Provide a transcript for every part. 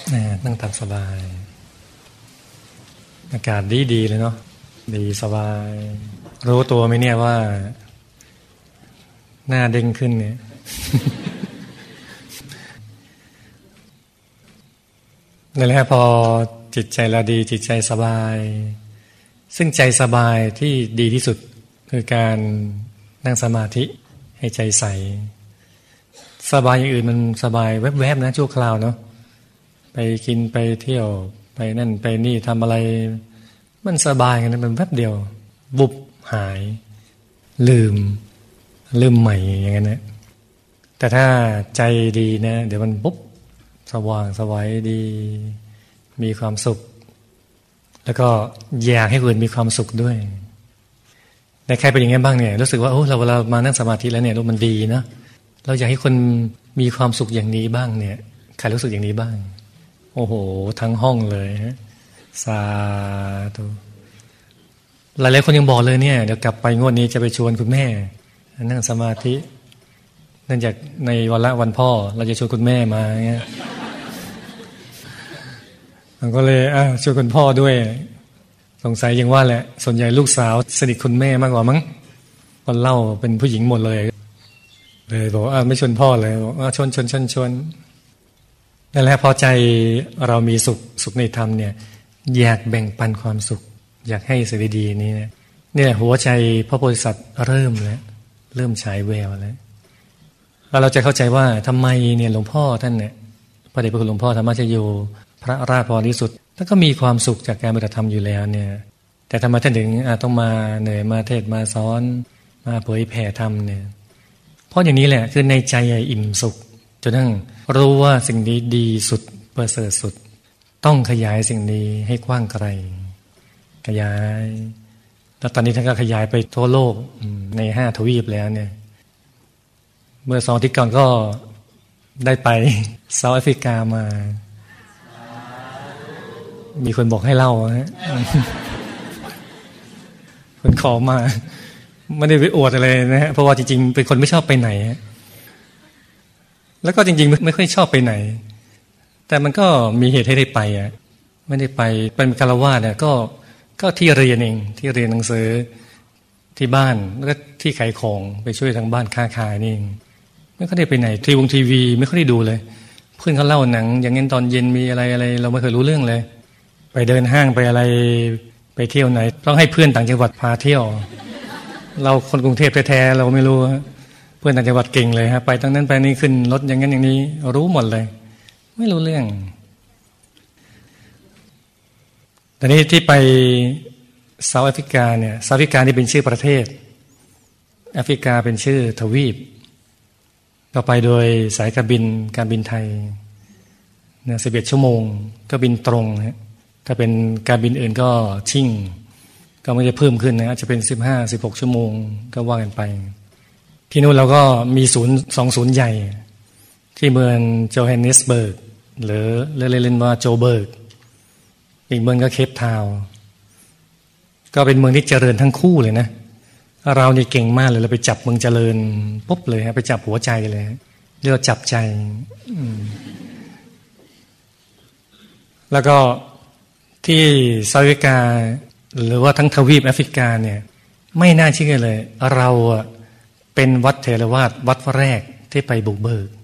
นั่งตามสบายอากาศดีเลยเนาะดีสบายรู้ตัวไหมเนี่ยว่าหน้าเด้งขึ้นเนี่ย นั่นแหละพอจิตใจเราดีจิตใจสบายซึ่งใจสบายที่ดีที่สุดคือการนั่งสมาธิให้ใจใสสบายอย่างอื่นมันสบายแวบๆนะชั่วคราวเนาะไปกินไปเที่ยวไปนั่นไปนี่ทำอะไรมันสบายกันนะมันแวบเดียวบุบหายลืมใหม่อย่างนั้นนะแต่ถ้าใจดีนะเดี๋ยวมันปุ๊บสว่างสวัยดีมีความสุขแล้วก็อยากให้คนอื่นมีความสุขด้วยในใครเป็นอย่างนี้บ้างเนี่ยรู้สึกว่าโอ้เราเวลามานั่งสมาธิแล้วเนี่ยรู้มันดีนะเราอยากให้คนมีความสุขอย่างนี้บ้างเนี่ยใครรู้สึกอย่างนี้บ้างโอ้โหทั้งห้องเลยฮะสาธุหลายๆคนยังบอกเลยเนี่ยเดี๋ยวกลับไปงวดนี้จะไปชวนคุณแม่นั่งสมาธิเนื่องจากในวันพ่อเราจะชวนคุณแม่มาเงี้ยมันก็เลยชวนคุณพ่อด้วยสงสัยยังว่าแหละส่วนใหญ่ลูกสาวสนิทคุณแม่มากกว่ามั้งคนเล่าเป็นผู้หญิงหมดเลยบอกไม่ชวนพ่อเลยบอกชวนนั่นแหละพอใจเรามีสุขในธรรมเนี่ยอยากแบ่งปันความสุขอยากให้สิ่งดีๆนี้นี่แหละหัวใจพระโพธิสัตว์เริ่มฉายแววแล้วเราจะเข้าใจว่าทำไมเนี่ยหลวงพ่อท่านเนี่ยพระเดชพระคุณหลวงพ่อธรรมชโยพระราชพรที่สุดท่านก็มีความสุขจากการปฏิบัติธรรมอยู่แล้วเนี่ยแต่ทำไมท่านถึงต้องมาเหนื่อยมาเทศมาสอนมาเผยแผ่ธรรมเนี่ยเพราะอย่างนี้แหละคือในใจอิ่มสุขจนทั้งรู้ว่าสิ่งนี้ดีสุดประเสริฐสุดต้องขยายสิ่งนี้ให้กว้างไกลขยายแล้วตอนนี้ท่านก็ขยายไปทั่วโลกใน5 ทวีปแล้วเนี่ยเมื่อ2 อาทิตย์ก่อนก็ได้ไปเซาท์แอฟริกามามีคนบอกให้เล่าฮะ คนขอมาไม่ได้ไปอวดอะไรนะฮะเพราะว่าจริงๆเป็นคนไม่ชอบไปไหนแล้วก็จริงๆไม่ค่อยชอบไปไหนแต่มันก็มีเหตุให้ได้ไปไม่ได้ไปเป็นฆราวาสก็ที่เรียนเองที่เรียนหนังสือที่บ้านแล้วก็ที่ขายของไปช่วยทางบ้านค้าขายนี่ไม่ค่อยได้ไปไหนทีวีไม่ค่อยได้ดูเลยเพื่อนเขาเล่าหนังอย่างงั้นตอนเย็นมีอะไรเราไม่เคยรู้เรื่องเลยไปเดินห้างไปอะไรไปเที่ยวไหนต้องให้เพื่อนต่างจังหวัดพาเที่ยวเราคนกรุงเทพแท้ๆเราไม่รู้เพื่อนต่างจังหวัดเก่งเลยฮะไปตั้งนั้นไปนี่ขึ้นรถอย่างนั้นอย่างนี้รู้หมดเลยไม่รู้เรื่องแต่นี้ที่ไปเซาท์แอฟริกาเนี่ยเซาท์แอฟริกานี่เป็นชื่อประเทศแอฟริกาเป็นชื่อทวีปก็ไปโดยสายการบินไทยเนี่ย11 ชั่วโมงก็บินตรงฮะถ้าเป็นการบินอื่นก็ชิ่งก็ไม่ได้เพิ่มขึ้นนะอาจจะเป็น15-16 ชั่วโมงก็ว่ากันไปที่นู้นเราก็มี2 ศูนย์ใหญ่ที่เมืองโจฮันเนสเบิร์กหรือเรียกว่าโจเบิร์กอีกเมืองก็เคปทาวน์ก็เป็นเมืองที่เจริญทั้งคู่เลยนะเรานี่เก่งมากเลยเราไปจับเมืองเจริญปุ๊บเลยฮะไปจับหัวใจเลยเรียกว่าจับใจแล้วก็ที่เซาท์แอฟริกาหรือว่าทั้งทวีปแอฟริกาเนี่ยไม่น่าเชื่อเลยเราเป็นวัดเถรวาทวัดแรกที่ไปบุกเบิก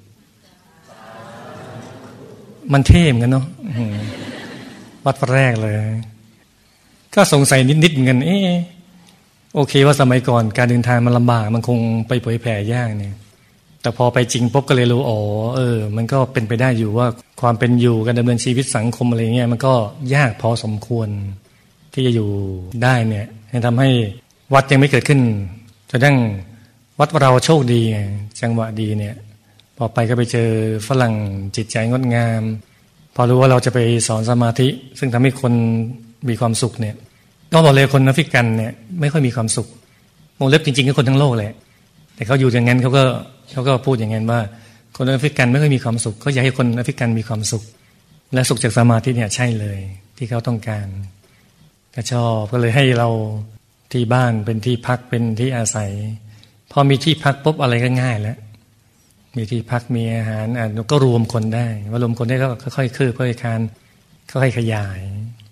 มันเท่เหมือนกันเนาะวัดแรกเลยก็สงสัยนิดๆเหมือนกันโอเคว่าสมัยก่อนการเดินทางมันลำบากมันคงไปเผยแผ่ยากเนี่ยแต่พอไปจริงปุ๊บก็เลยรู้มันก็เป็นไปได้อยู่ว่าความเป็นอยู่การดำเนินชีวิตสังคมอะไรเงี้ยมันก็ยากพอสมควรที่จะอยู่ได้เนี่ยทำให้วัดยังไม่เกิดขึ้นจนทั้งวัดเราโชคดีจังหวะดีเนี่ยพอไปก็ไปเจอฝรั่งจิตใจงดงามพอรู้ว่าเราจะไปสอนสมาธิซึ่งทำให้คนมีความสุขเนี่ยก็บอกเลยคนแอฟริกันเนี่ยไม่ค่อยมีความสุขวงเล็บจริงๆก็คนทั้งโลกแหละแต่เขาอยู่อย่างนั้นเขาก็พูดอย่างนั้นว่าคนแอฟริกันไม่ค่อยมีความสุขเขาอยากให้คนแอฟริกันมีความสุขและสุขจากสมาธิเนี่ยใช่เลยที่เขาต้องการก็ชอบก็เลยให้เราที่บ้านเป็นที่พักเป็นที่อาศัยพอมีที่พักปุ๊บอะไรก็ง่ายแล้วมีที่พักมีอาหารก็รวมคนได้ว่ารวมคนได้ก็ค่อยๆคืบค่อยๆคานค่อยๆขยาย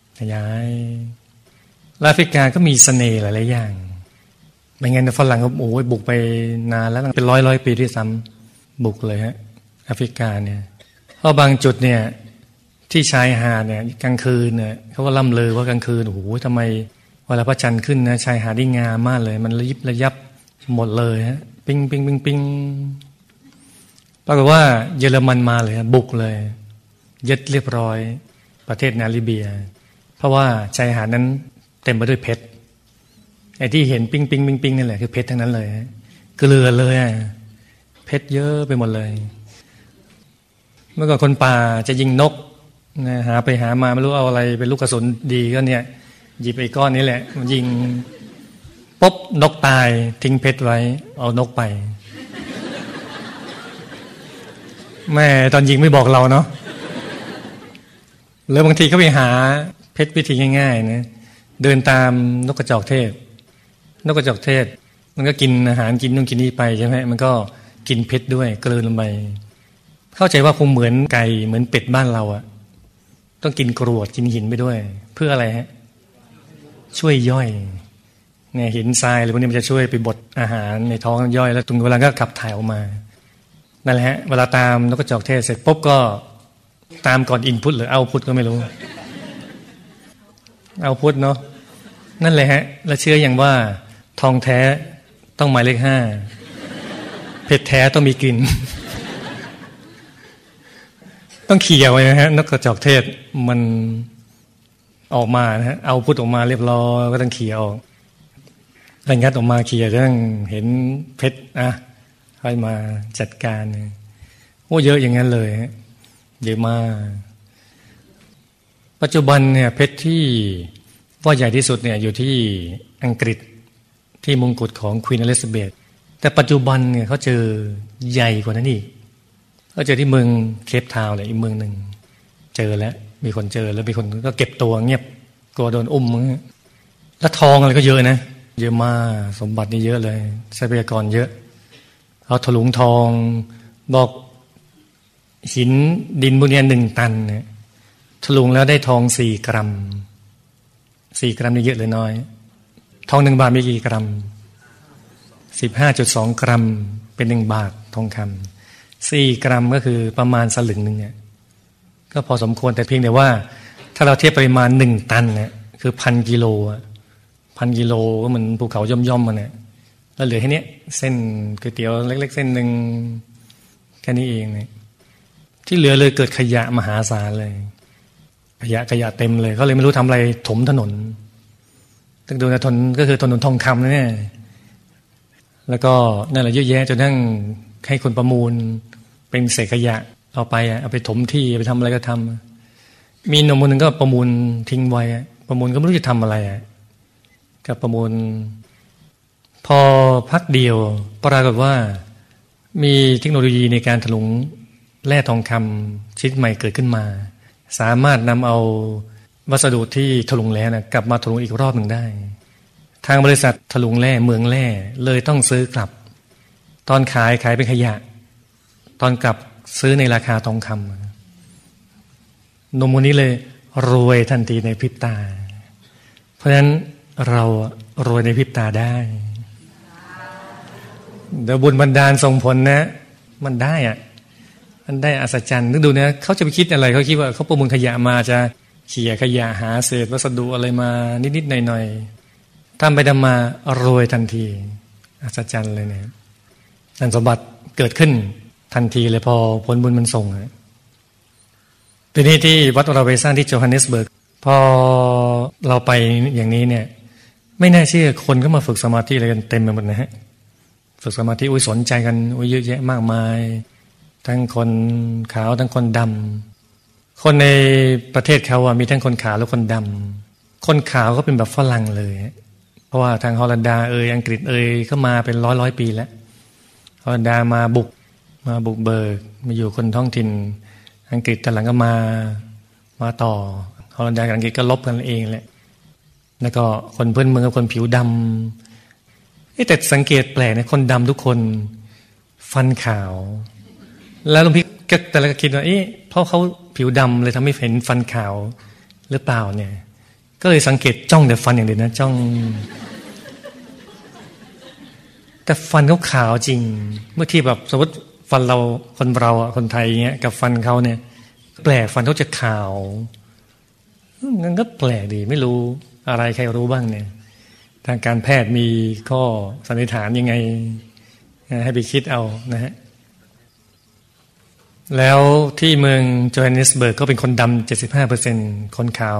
แอฟริกาก็มีเสน่ห์หลายๆอย่างไม่งั้นฝรั่งก็บุกไปนานแล้วเป็นร้อยปีที่ซ้ำบุกเลยฮะแอฟริกาเนี่ยเพราะบางจุดเนี่ยที่ชายหาดเนี่ยกลางคืนเนี่ยเขาก็ล่ำลือว่ากลางคืนทำไมเวลาพระจันทร์ขึ้นนะชายหาดที่งามมากเลยมันระยิบระยับหมดเลยฮะปิ้งปิ้งปิ้งปิ้งปรากฏว่าเยอรมันมาเลยบุกเลยยึดเรียบร้อยประเทศนามิเบียเพราะว่าชายหาดนั้นเต็มไปด้วยเพชรไอ้ที่เห็นปิ้งปิ้งปิ้งปิ้งนี่แหละคือเพชรทั้งนั้นเลยเกลือเลยเพชรเยอะไปหมดเลยเมื่อก่อนคนป่าจะยิงนกหาไปหามาไม่รู้เอาอะไรเป็นลูกกระสุนดีก็เนี่ยหยิบไอ้ก้อนนี้แหละมันยิงปุ๊บนกตายทิ้งเพชรไว้เอานกไปแม่ตอนยิงไม่บอกเราเนาะแล้วบางทีเขาไปหาเพชรวิธีง่ายๆนะเดินตามนกกระจอกเทศมันก็กินอาหารกินนู่นกินนี่ไปใช่ไหมมันก็กินเพชรด้วยกลืนลงไปเข้าใจว่าคงเหมือนไก่เหมือนเป็ดบ้านเราอะต้องกินกรวดกินหินไปด้วยเพื่ออะไรฮะช่วยย่อยเนี่ยหินทรายอะไรพวกนี้มันจะช่วยไปบดอาหารในท้องย่อยแล้วตรงเวลาก็ขับถ่ายออกมานั่นแหละฮะเวลาตามนกกระจอกเทศเสร็จปุ๊บก็ตามก่อนอินพุตหรือเอาพุตก็ไม่รู้เอาพุตเนาะนั่นแหละฮะแล้วเชื่ออย่างว่าทองแท้ต้องหมายเลข 5เพชรแท้ต้องมีกลิ่นต้องเขี่ยไว้นะฮะนกกระจอกเทศมันออกมานะฮะเอาพุตออกมาเรียบร้อยก็ต้องเขี่ยออกแล้วงัดออกมาเขี่ยจะต้องเห็นเพชรค่อยมาจัดการเยอะอย่างนั้นเลยเยอะมากปัจจุบันเนี่ยเพชรที่ว่าใหญ่ที่สุดเนี่ยอยู่ที่อังกฤษที่มงกุฎของควีนอลิซาเบธแต่ปัจจุบันเนี่ยเขาเจอใหญ่กว่านั้นอีกเขาเจอที่เมืองเคปทาวน์เลยอีกเมืองหนึ่งเจอแล้วมีคนเจอแล้วมีคนก็เก็บตัวเงียบกลัวโดนอุ้มมั้งแล้วทองอะไรก็เยอะนะเยอะมากสมบัตินี่เยอะเลยทรัพยากรเยอะเอาถลุงทองบอกหินดินพวกนี้1 ตันเนี่ยถลุงแล้วได้ทอง4 กรัม4 กรัมนี่เยอะเลยน้อยทอง1 บาทมีกี่กรัม 15.2 กรัมเป็น1 บาททองคำ4 กรัมก็คือประมาณสลึงนึงเนี่ยก็พอสมควรแต่เพียงแต่ว่าถ้าเราเทียบปริมาณ1 ตันเนี่ยคือ 1,000 กิโล1,000 กิโลก็เหมือนภูเขาย่อมๆมันเนี่ยแล้วเหลือแค่นี้เส้นก๋วยเตี๋ยวเล็กๆเส้นหนึ่งแค่นี้เองเนี่ยที่เหลือเลยเกิดขยะมหาศาลเลยขยะเต็มเลยเขาเลยไม่รู้ทำอะไรถมถนนตึกดูนะถนนก็คือถนนทองคำนะเนี่ยแล้วก็นั่นแหละเยอะแยะจนทั้งให้คนประมูลเป็นเศษขยะเอาไปถมที่ไปทำอะไรก็ทำมีหนุ่มคนหนึ่งก็ประมูลทิ้งไว้ประมูลก็ไม่รู้จะทำอะไรก็ประมูลพอพักเดียวปรากฏว่ามีเทคโนโลยีในการถลุงแร่ทองคำชนิดใหม่เกิดขึ้นมาสามารถนำเอาวัสดุที่ถลุงแล้วกลับมาถลุงอีกรอบหนึ่งได้ทางบริษัทถลุงแร่เมืองแร่เลยต้องซื้อกลับตอนขายเป็นขยะตอนกลับซื้อในราคาทองคำนมวันนี้เลยรวยทันทีในพริบตาเพราะฉะนั้นเรารวยในพริบตาได้เดี๋ยวบุญบันดาลส่งผลนะมันได้มันได้อัศจรรย์นึกดูนะเขาจะไปคิดอะไรเขาคิดว่าเขาประมูลขยะมาจะเขี่ยขยะหาเศษวัสดุอะไรมานิดๆหน่อยๆทำไปทำมารวยทันทีอัศจรรย์เลยเนี่ยนั่นสมบัติเกิดขึ้นทันทีเลยพอผลบุญมันส่งทีนี้ที่วัดเราไปสร้างที่โจฮันเนสเบิร์กพอเราไปอย่างนี้เนี่ยไม่น่าเชื่อคนก็มาฝึกสมาธิอะไรกันเต็มไปหมดนะฮะฝึกสมาธิสนใจกันเยอะแยะมากมายทั้งคนขาวทั้งคนดำคนในประเทศเขามีทั้งคนขาวและคนดำคนขาวก็เป็นแบบฝรั่งเลยเพราะว่าทางฮอลันดาอังกฤษเข้ามาเป็นร้อยปีแล้วฮอลันดามาบุกเบิกมาอยู่คนท้องถิ่นอังกฤษแต่หลังก็มาต่อฮอลันดากับอังกฤษก็ลบกันเองแหละแล้วก็คนพื้นเมืองกับคนผิวดำแต่สังเกตแปลกนะคนดำทุกคนฟันขาวแล้วหลวงพี่ก็แต่ละก็คิดว่าเพราะเขาผิวดำเลยทำให้เห็นฟันขาวหรือเปล่าเนี่ยก็เลยสังเกตจ้องแต่ฟันอย่างเดียวนะจ้องแต่ฟันเขาขาวจริงเมื่อที่แบบสมมติฟันเราคนไทยเงี้ยกับฟันเขาเนี่ยแปลกฟันเขาจะขาวงั้นก็แปลกดีไม่รู้อะไรใครรู้บ้างเนี่ยทางการแพทย์มีข้อสันนิษฐานยังไงให้ไปคิดเอานะฮะแล้วที่เมืองโจฮันเนสเบิร์กก็เป็นคนดำ 75% คนขาว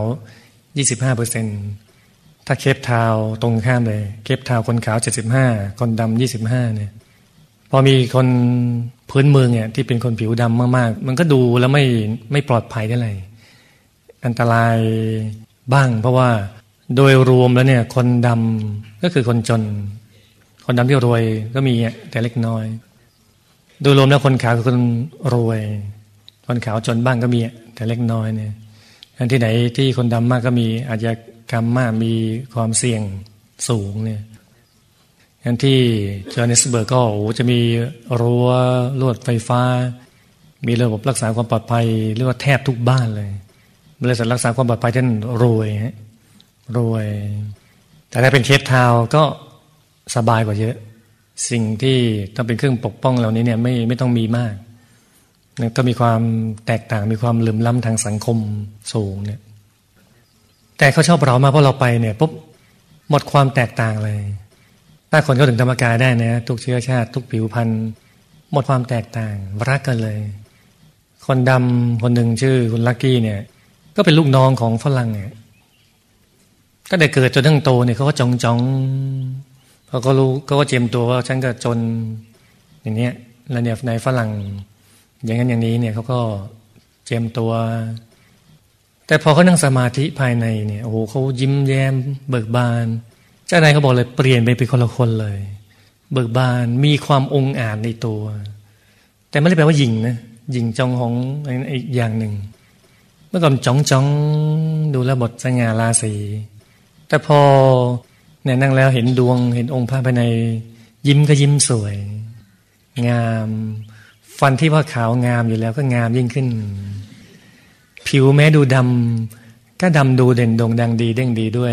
25%ถ้าเคปทาวน์ตรงข้ามเลยเคปทาวน์คนขาว 75 คนดำ 25เนี่ยพอมีคนพื้นเมืองเนี่ยที่เป็นคนผิวดำมากๆมันก็ดูแล้วไม่ปลอดภัยเท่าไหร่อันตรายบ้างเพราะว่าโดยรวมแล้วเนี่ยคนดำก็คือคนจนคนดำที่รวยก็มีแต่เล็กน้อยโดยรวมแล้วคนขาวคือคนรวยคนขาวจนบ้างก็มีแต่เล็กน้อยเนี่ยอันที่ไหนที่คนดำมากก็มีอาชญากรรมมากมีความเสี่ยงสูงเนี่ยอันที่โจฮันเนสเบิร์กก็จะมีรั้วลวดไฟฟ้ามีระบบรักษาความปลอดภัยเรียกว่าแทบทุกบ้านเลยบริษัทรักษาความปลอดภัยท่านรวยแต่ถ้าเป็นเคปทาวน์ก็สบายกว่าเยอะสิ่งที่ต้องเป็นเครื่องปกป้องเหล่านี้เนี่ยไม่ต้องมีมากก็มีความแตกต่างมีความเหลื่อมล้ำทางสังคมสูงเนี่ยแต่เขาชอบเรามากเพราะเราไปเนี่ยปุ๊บหมดความแตกต่างเลยถ้าคนเข้าถึงธรรมกายได้นะทุกเชื้อชาติทุกผิวพรรณหมดความแตกต่างรักกันเลยคนดำคนหนึ่งชื่อคุณลักกี้เนี่ยก็เป็นลูกน้องของฝรั่งเนี่ยก็ได้เกิดจนทั้งโตเนี่ยเขาก็จ้องเขาก็รู้เขาก็เจียมตัวว่าฉันก็จนอย่างเนี้ยแล้วเนี่ยในฝรั่งอย่างนั้นอย่างนี้เนี่ยเขาก็เจียมตัวแต่พอเขานั่งสมาธิภายในเนี่ยโอ้โหเขายิ้มแย้มเบิกบานเจ้านายเขาบอกเลยเปลี่ยนไปเป็นคนละคนเลยเบิกบานมีความองอาจในตัวแต่ไม่ได้แปลว่าหยิ่งนะหยิ่งจองหองอีกอย่างหนึ่งเมื่อก่อนจ้องดูแลบทสง่าราศีแต่พอเนี่ยนั่งแล้วเห็นดวงเห็นองค์พระภายในยิ้มก็ยิ้มสวยงามฟันที่ว่าขาวงามอยู่แล้วก็งามยิ่งขึ้นผิวแม้ดูดำก็ดำดูเด่นโด่งดังดีเด้งดีด้วย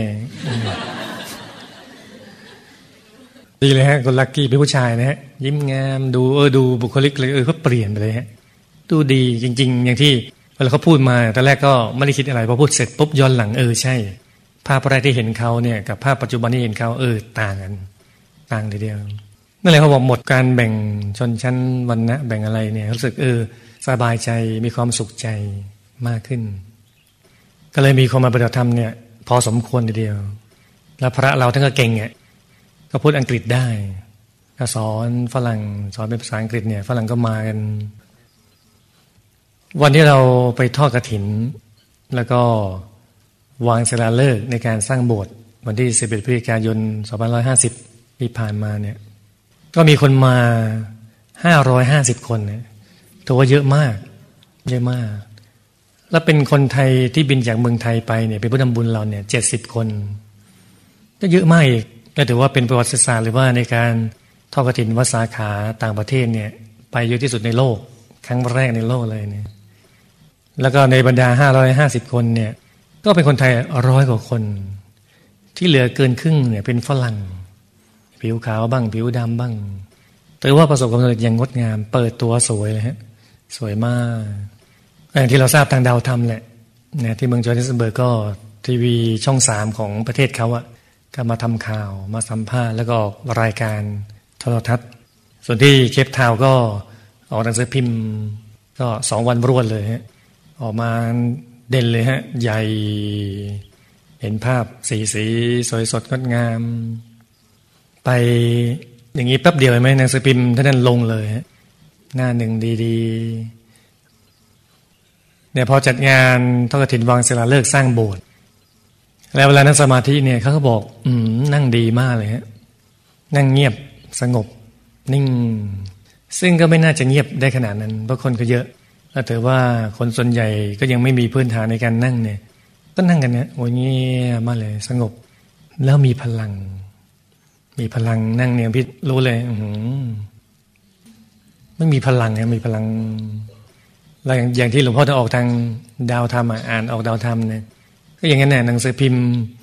ดีเลยฮะคนลักกี้เป็นผู้ชายนะฮะยิ้มงามดูบุคลิกเลยก็เปลี่ยนไปเลยฮะดูดีจริงๆอย่างที่เวลาเขาพูดมาตอนแรกก็ไม่ได้คิดอะไรพอพูดเสร็จปุ๊บย้อนหลังใช่ภาพแรกที่เห็นเขาเนี่ยกับภาพปัจจุบันที่เห็นเขาต่างกันต่างทีเดียวนั่นแหละเขาบอกหมดการแบ่งชนชั้นวรรณะแบ่งอะไรเนี่ยรู้สึกสบายใจมีความสุขใจมากขึ้นก็เลยมีคนมาปฏิบัติธรรมเนี่ยพอสมควรทีเดียวแล้วพระเราทั้งก็เก่งเนี่ยก็พูดอังกฤษได้ก็สอนฝรั่งสอนเป็นภาษาอังกฤษเนี่ยฝรั่งก็มากันวันที่เราไปทอดกฐินแล้วก็วางศิลาฤกษ์ในการสร้างโบสถ์วันที่11 พฤศจิกายน 2550ที่ผ่านมาเนี่ยก็มีคนมา550 คนเนี่ยถือว่าเยอะมากแล้วเป็นคนไทยที่บินจากเมืองไทยไปเนี่ยเป็นผู้นำบุญเราเนี่ย70 คนก็เยอะมากอีกก็ถือว่าเป็นประวัติศาสตร์หรือว่าในการทอดกฐินวัดสาขาต่างประเทศเนี่ยไปเยอะที่สุดในโลกครั้งแรกในโลกเลยเนี่ยแล้วก็ในบรรดา550 คนเนี่ยก็เป็นคนไทย100 กว่าคนที่เหลือเกินครึ่งเนี่ยเป็นฝรั่งผิวขาวบ้างผิวดำบ้างถือว่าประสบความสำเร็จอย่างงดงามเปิดตัวสวยเลยฮะสวยมากอย่างที่เราทราบทางดาวธรรมแหละเนี่ยที่เมืองโจฮันเนสเบิร์กก็ทีวีช่อง3ของประเทศเขาก็มาทำข่าวมาสัมภาษณ์แล้วก็รายการโทรทัศน์ส่วนที่เคปทาวน์ก็ออกหนังสือพิมพ์ก็2 วันรวดเลยฮะออกมาเด่นเลยฮะใหญ่เห็นภาพสีสวยสดงดงามไปอย่างนี้แป๊บเดียวไหมหนังสือพิมพ์ท่านนั้นลงเลยฮะหน้าหนึ่งดีๆเนี่ยพอจัดงานทอดกฐินวางศิลาฤกษ์สร้างโบสถ์แล้วเวลานั่งสมาธิเนี่ยเขาก็บอกนั่งดีมากเลยฮะนั่งเงียบสงบนิ่งซึ่งก็ไม่น่าจะเงียบได้ขนาดนั้นเพราะคนก็เยอะแล้วถือว่าคนส่วนใหญ่ก็ยังไม่มีพื้นฐานในการนั่งเนี่ยก็นั่งกันเนี่ยโอ้ยเงียบมากเลยสงบแล้วมีพลังนั่งเนี่ยพี่รู้เลยไม่มีพลังนะมีพลังแล้วอย่างที่หลวงพ่อจะออกทางดาวธรรมอ่านออกดาวธรรมเนี่ยก็อย่างนั้นแหละหนังสือพิมพ์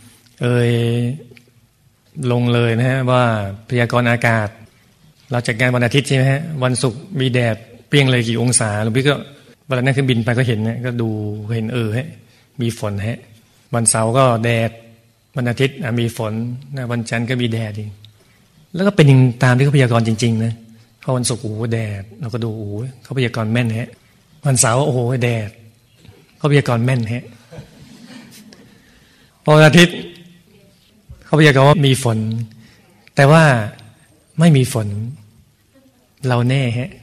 ลงเลยนะฮะว่าพยากรณ์อากาศเราจัดงานวันอาทิตย์ใช่ไหมฮะวันศุกร์มีแดดเปรี้ยงเลยกี่องศาหลวงพี่ก็เวลานั่งเครื่องบินไปก็เห็นนะก็ดูเห็นฮะมีฝนฮะวันเสาร์ก็แดดวันอาทิตย์มีฝนนะวันจันทร์ก็มีแดดอีกแล้วก็เป็นอย่างตามที่เขาพยากรณ์จริงๆนะพอวันศุกร์โอ้โหแดดเราก็ดูโอ้โหเขาพยากรณ์แม่นฮะวันเสาร์โอ้โหแดดเขาพยากรณ์แม่นฮะพอวันอาทิตย์เขาพยากรณ์ว่ามีฝนแต่ว่าไม่มีฝนเราแน่ฮะ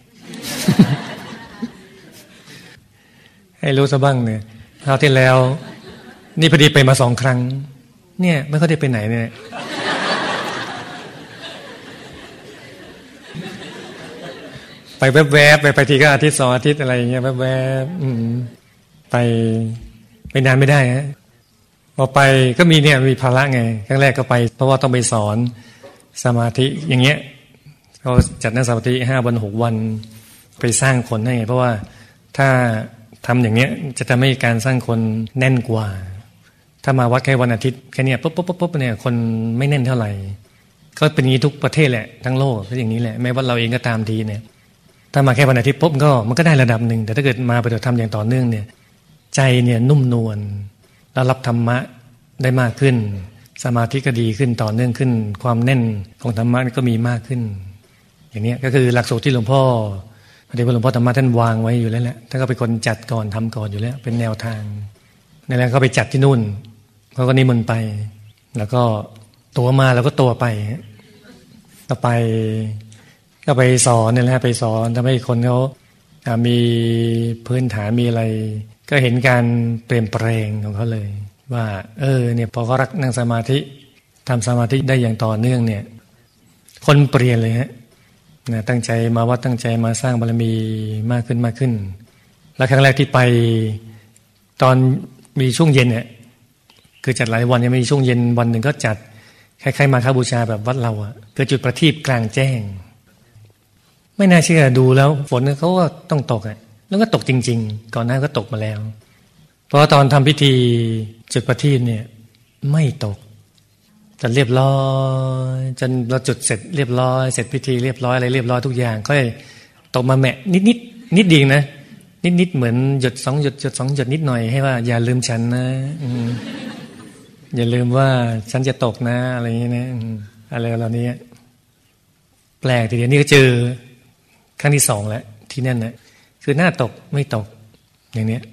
ให้รู้ซะบ้างเนี่ยคราวที่แล้วนี่พอดีไปมา2 ครั้งเนี่ยไม่ค่อยได้ไปไหนเนี่ยไปแวบๆไปทีก็อาทิตย์2 อาทิตย์อะไรอย่างเงี้ยแวบๆไปนานไม่ได้ฮะพอไปก็มีภาระไงครั้งแรกก็ไปเพราะว่าต้องไปสอนสมาธิอย่างเงี้ยเขาจัดนั่งสมาธิ5 วัน 6 วันไปสร้างคนให้เพราะว่าถ้าทำอย่างเนี้ยจะทำให้การสร้างคนแน่นกว่าถ้ามาวัดแค่วันอาทิตย์แค่นี้ปุ๊บเนี่ยคนไม่แน่นเท่าไหร่ก็เป็นอย่างนี้ทุกประเทศแหละทั้งโลกก็อย่างนี้แหละแม้ว่าเราเองก็ตามทีเนี่ยถ้ามาแค่วันอาทิตย์ปุ๊บมันก็ได้ระดับหนึ่งแต่ถ้าเกิดมาปฏิบัติธรรมอย่างต่อเนื่องเนี่ยใจเนี่ยนุ่มนวลแล้วรับธรรมะได้มากขึ้นสมาธิก็ดีขึ้นต่อเนื่องขึ้นความแน่นของธรรมะก็มีมากขึ้นอย่างนี้ก็คือหลักสูตรที่หลวงพ่อเดี๋ยวหลวงพ่อธรรมะท่านวางไว้อยู่แล้วแหละท่านก็เป็นคนจัดก่อนทำก่อนอยู่แล้วเป็นแนวทางในแล้วก็ไปจัดที่นู่นเขาก็นิมนต์ไปแล้วก็ตัวมาแล้วก็ตัวไปก็ไปสอนเนี่ยแหละไปสอนทำให้คนเขามีพื้นฐานมีอะไรก็เห็นการเปลี่ยนแปลงของเขาเลยว่าเนี่ยพอเขารักนั่งสมาธิทำสมาธิได้อย่างต่อเนื่องเนี่ยคนเปลี่ยนเลยฮะตั้งใจมาวัดตั้งใจมาสร้างบารมีมากขึ้นแล้วครั้งแรกที่ไปตอนมีช่วงเย็นเนี่ยคือจัดหลายวันยังมีช่วงเย็นวันหนึ่งก็จัดคล้ายๆมาฆบูชาแบบวัดเราอะคือจุดประทีปกลางแจ้งไม่น่าเชื่อดูแล้วฝนเขาก็ต้องตกอะแล้วก็ตกจริงๆก่อนหน้าก็ตกมาแล้วเพราะตอนทำพิธีจุดประทีปเนี่ยไม่ตกจนเรียบร้อยจนเราจุดเสร็จเรียบร้อยเสร็จพิธีเรียบร้อยอะไรเรียบร้อยทุกอย่างก็ตกมาแมะนิดดีนะนิดเหมือนหยด2 หยด2 หยดนิดหน่อยให้ว่าอย่าลืมฉันนะอย่าลืมว่าฉันจะตกนะอะไรอย่างเงี้ยนะอะไรเหล่านี้แปลกทีเดียวนี่ก็เจอครั้งที่2แล้วที่นั่นนะคือหน้าตกไม่ตกอย่างเนี้ย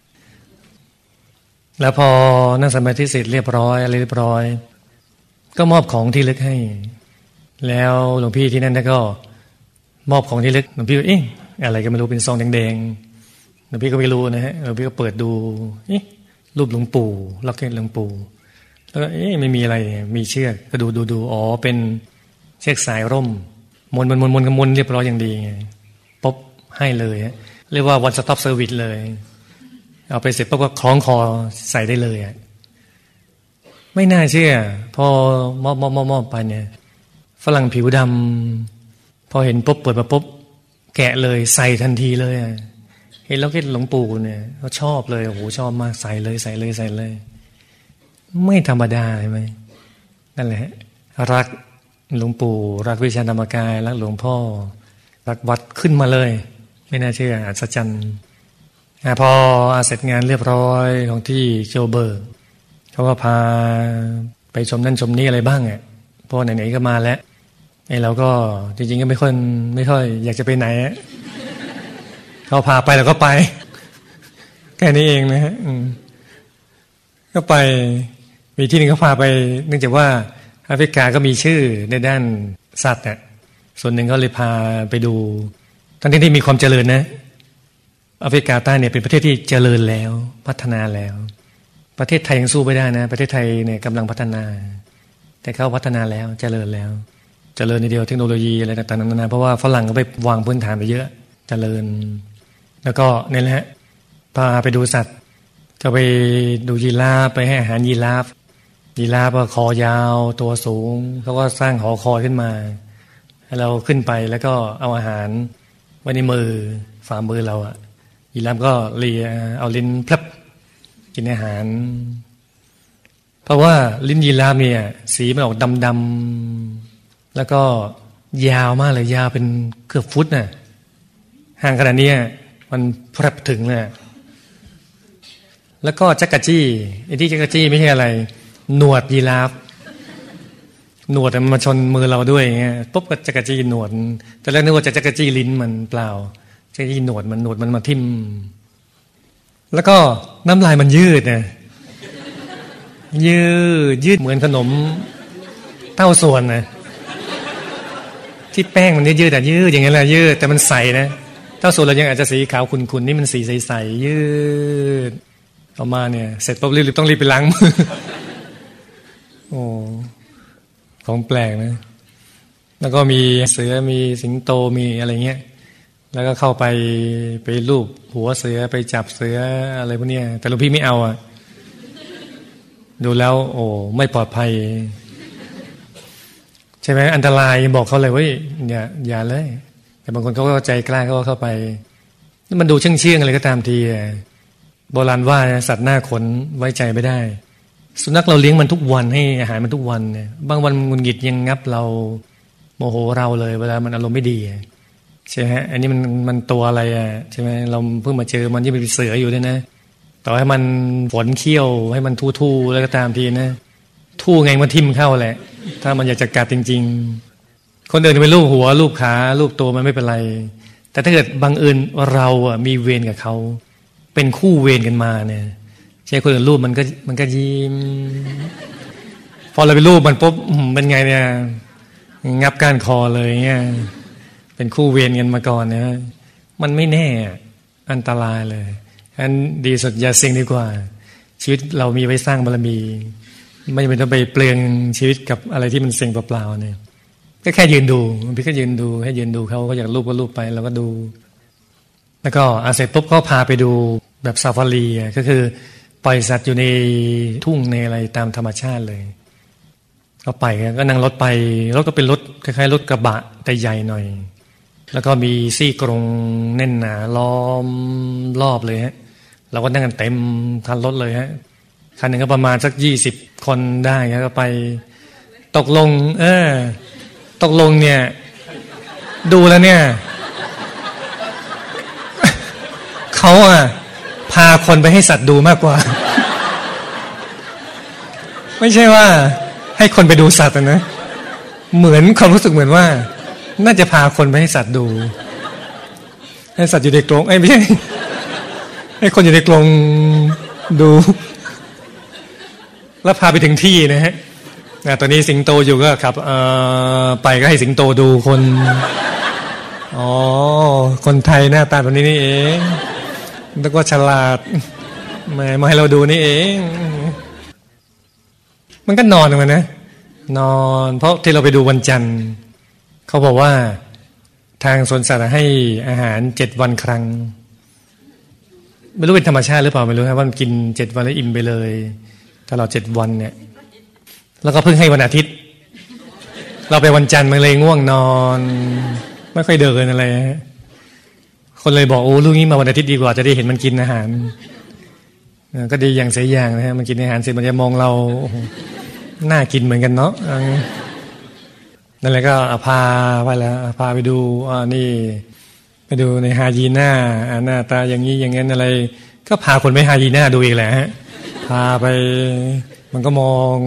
แล้วพอนั่งสมาธิเสร็จเรียบร้อยอะไรเรียบร้อยก็มอบของที่ลึกให้แล้วหลวงพี่ที่นั่นก็มอบของที่ลึกหลวงพี่อะไรก็ไม่รู้เป็นซองแดงๆหลวงพี่ก็ไม่รู้นะฮะหลวงพี่ก็เปิดดูรูปหลวงปู่ล็อกเก็ตหลวงปู่แล้วก็ไม่มีอะไรมีเชือกก็ดูอ๋อเป็นเชือกสายร่มมนเรียบร้อยอย่างดีไงปุ๊บให้เลยเรียกว่า one stop service เลยเอาไปเสร็จปุ๊บก็คล้องคอใส่ได้เลยไม่น่าเชื่อพอมอบไปเนี่ยฝรั่งผิวดำพอเห็นปุ๊บเปิดมาปุ๊บแกะเลยใส่ทันทีเลยเห็นแล้วก็หลวงปู่เนี่ยเขาชอบเลยโอ้โหชอบมากใส่เลยไม่ธรรมดาใช่ไหมนั่นแหละรักหลวงปู่รักวิชาธรรมกายรักหลวงพ่อรักวัดขึ้นมาเลยไม่น่าเชื่ออัศจรรย์พอเสร็จงานเรียบร้อยของที่โจเบิร์กเขาก็พาไปชมนั่นชมนี่อะไรบ้างเพราะไหนๆก็มาแล้วเราก็จริงๆก็ไม่ค่อยอยากจะไปไหนเขาพาไปเราก็ไปแค่นี้เองนะฮะก็ไปมีที่นึงเขาพาไปเนื่องจากว่าแอฟริกาก็มีชื่อในด้านสัตว์ส่วนหนึ่งก็เลยพาไปดูทั้งที่มีความเจริญนะแอฟริกาใต้เนี่ยเป็นประเทศที่เจริญแล้วพัฒนาแล้วประเทศไทยยังสู้ไม่ได้นะประเทศไทยเนี่ยกำลังพัฒนาแต่เขาพัฒนาแล้วเจริญแล้วเจริญในเดียวเทคโนโลยีอะไรต่างๆนานาเพราะว่าฝรั่งก็ไปวางพื้นฐานไปเยอะเจริญแล้วก็นี่แหละพาไปดูสัตว์ก็ไปดูยีราฟไปให้อาหารยีราฟก็คอยาวตัวสูงเขาก็สร้างหอคอยขึ้นมาให้เราขึ้นไปแล้วก็เอาอาหารไว้ในมือฝ่ามือเราอะยีราฟก็เลียเอาลิ้นพลับกินอาหารเพราะว่าลิ้นยีราฟเนี่ยสีมันออกดำๆแล้วก็ยาวมากเลยยาวเป็นเกือบฟุตน่ะห่างขนาดนี้มันพลับถึงเลยแล้วก็จักรจี้ไอ้ที่จักรจี้ไม่ใช่อะไรหนวดยีราฟหนวดมันมาชนมือเราด้วยเงี้ยปุ๊บก็จักรจี้หนวดแต่แรกนึกว่าจะจักรจี้ลิ้นมันเปล่าจักรจี้หนวดมันมาทิ่มแล้วก็น้ำลายมันยืดนะยืดเหมือนขนมเต้าส่วนนะที่แป้งมันยืดแต่ยืดอย่างนั้นแหละยืดแต่มันใสนะเต้าส่วนเรายังอาจจะสีขาวขุ่นๆนี่มันสีใสๆยืดออกมาเนี่ยเสร็จปุ๊บรีบต้องรีบไปล้างมือโอ้ของแปลกนะแล้วก็มีเสือมีสิงโตมีอะไรเงี้ยแล้วก็เข้าไปลูบหัวเสือไปจับเสืออะไรพวกนี้แต่หลวงพี่ไม่เอาดูแล้วโอ้ไม่ปลอดภัยใช่ไหมอันตรายบอกเขาเลยว่าอย่าเลยแต่บางคนเขาก็ใจกล้าเขาก็เข้าไปมันดูเชื่องอะไรก็ตามทีโบราณว่าสัตว์หน้าขนไว้ใจไม่ได้สุนัขเราเลี้ยงมันทุกวันให้อาหารมันทุกวันเนี่ยบางวันมันหงุดหงิดยังงับเราโมโหเราเลยเวลามันอารมณ์ไม่ดีใช่ไหมอันนี้มันตัวอะไรใช่ไหมเราเพิ่งมาเจอมันยังเป็นเสืออยู่ด้วยนะต่อให้มันฝนเขี้ยวให้มันทู่แล้วก็ตามทีนะทู่ไงมันทิ่มเข้าแหละถ้ามันอยากจะกัดจริงๆคนอื่นไปลูบหัวลูบขาลูบตัวมันไม่เป็นไรแต่ถ้าเกิดบังเอิญเรามีเวรกับเขาเป็นคู่เวรกันมาเนี่ยใช่คนอื่นรูปมันก็ยิ้มพอเราไปรูปมันปุ๊บเป็นไงเนี่ยงับก้านคอเลยเงี้ยเป็นคู่เวรกันมาก่อนเนี่ยมันไม่แน่อันตรายเลยอันดีสุดอย่าเสี่ยงดีกว่าชีวิตเรามีไว้สร้างบารมีไม่จำเป็นต้องไปเปลืองชีวิตกับอะไรที่มันเสี่ยงเปล่าๆเนี่ยก็แค่ยืนดูพี่ก็ยืนดูให้ยืนดูเขาอยากรูปก็รูปไปเราก็ดูแล้วก็เสร็จปุ๊บก็พาไปดูแบบซาฟารีก็คือปล่อยสัตว์อยู่ในทุ่งในอะไรตามธรรมชาติเลยก็ไปก็นั่งรถไปรถก็เป็นรถคล้ายๆรถกระบะแต่ใหญ่หน่อยแล้วก็มีซี่กรงแน่นหนาล้อมรอบเลยฮะเราก็นั่งกันเต็มคันรถเลยฮะคันหนึ่งก็ประมาณสัก20 คนได้ก็ไปตกลงเนี่ยดูแล้วเนี่ยเขาพาคนไปให้สัตว์ดูมากกว่าไม่ใช่ว่าให้คนไปดูสัตว์นะเหมือนความรู้สึกเหมือนว่าน่าจะพาคนไปให้สัตว์ดูให้สัตว์อยู่ในกรงไม่ใช่ให้คนอยู่ในกรงดูแล้วพาไปถึงที่นะฮะตอนนี้สิงโตอยู่ก็ขับไปก็ให้สิงโตดูคนคนไทยหน้าตาแบบนี้นี่เองแล้วก็ฉลาดมาให้เราดูนี่เองมันก็นอนมันนะนอนเพราะที่เราไปดูวันจันทร์เขาบอกว่าทางสวนสัตว์ให้อาหาร7 วันครั้งไม่รู้เป็นธรรมชาติหรือเปล่าไม่รู้นะว่ามันกิน7 วันแล้วอิ่มไปเลยตลอด7 วันเนี่ยแล้วก็เพิ่งให้วันอาทิตย์เราไปวันจันทร์มันเลยง่วงนอนไม่ค่อยเดินอะไรคนเลยบอกโอ้ลูกนี้มาวันอาทิตย์ดีกว่าจะได้เห็นมันกินอาหารก็ดีอย่างเสียอย่างนะฮะมันกินอาหารเสร็จมันจะมองเราน่ากินเหมือนกันเนาะนั่นแหละก็พาไปแล้วพาไปดูนี่ไปดูในไฮยีน่าหน้าตาอย่างนี้อย่างนั้นอะไรก็พาคนไปไฮยีน่าดูอีกแหละฮะพาไปมันก็มอง